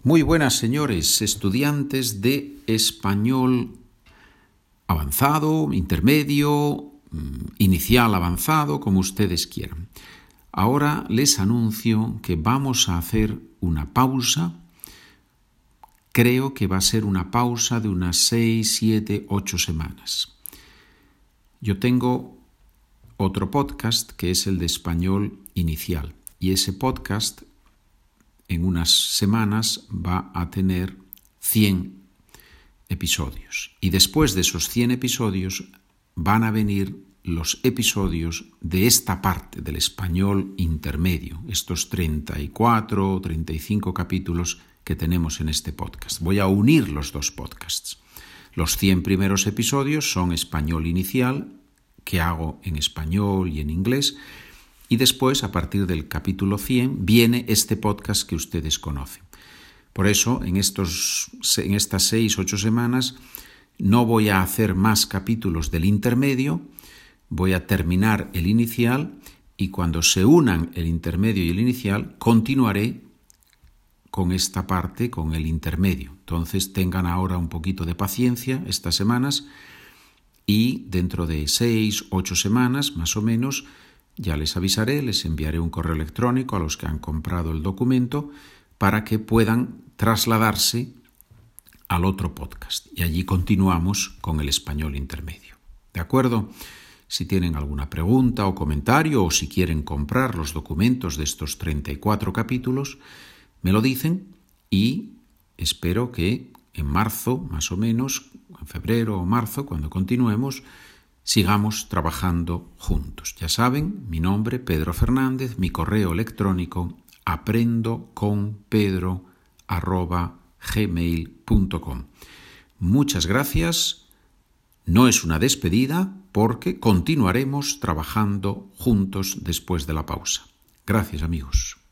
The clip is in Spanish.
Muy buenas, señores, estudiantes de español avanzado, intermedio, inicial avanzado, como ustedes quieran. Ahora les anuncio que vamos a hacer una pausa. Creo que va a ser una pausa de unas 6, 7, 8 semanas. Yo tengo otro podcast que es el de español inicial y ese podcast en unas semanas va a tener 100 episodios. Y después de esos 100 episodios van a venir los episodios de esta parte del español intermedio, estos 34 o 35 capítulos que tenemos en este podcast. Voy a unir los dos podcasts. Los 100 primeros episodios son español inicial, que hago en español y en inglés, y después, a partir del capítulo 100, viene este podcast que ustedes conocen. Por eso, en estas 6-8 semanas, no voy a hacer más capítulos del intermedio, voy a terminar el inicial y cuando se unan el intermedio y el inicial, continuaré con esta parte, con el intermedio. Entonces, tengan ahora un poquito de paciencia estas semanas y dentro de 6-8 semanas, más o menos, ya les avisaré, les enviaré un correo electrónico a los que han comprado el documento para que puedan trasladarse al otro podcast. Y allí continuamos con el español intermedio. ¿De acuerdo? Si tienen alguna pregunta o comentario o si quieren comprar los documentos de estos 34 capítulos, me lo dicen y espero que en marzo, más o menos, en febrero o marzo, cuando continuemos, sigamos trabajando juntos. Ya saben, mi nombre, Pedro Fernández, mi correo electrónico, aprendoconpedro@gmail.com. Muchas gracias. No es una despedida porque continuaremos trabajando juntos después de la pausa. Gracias, amigos.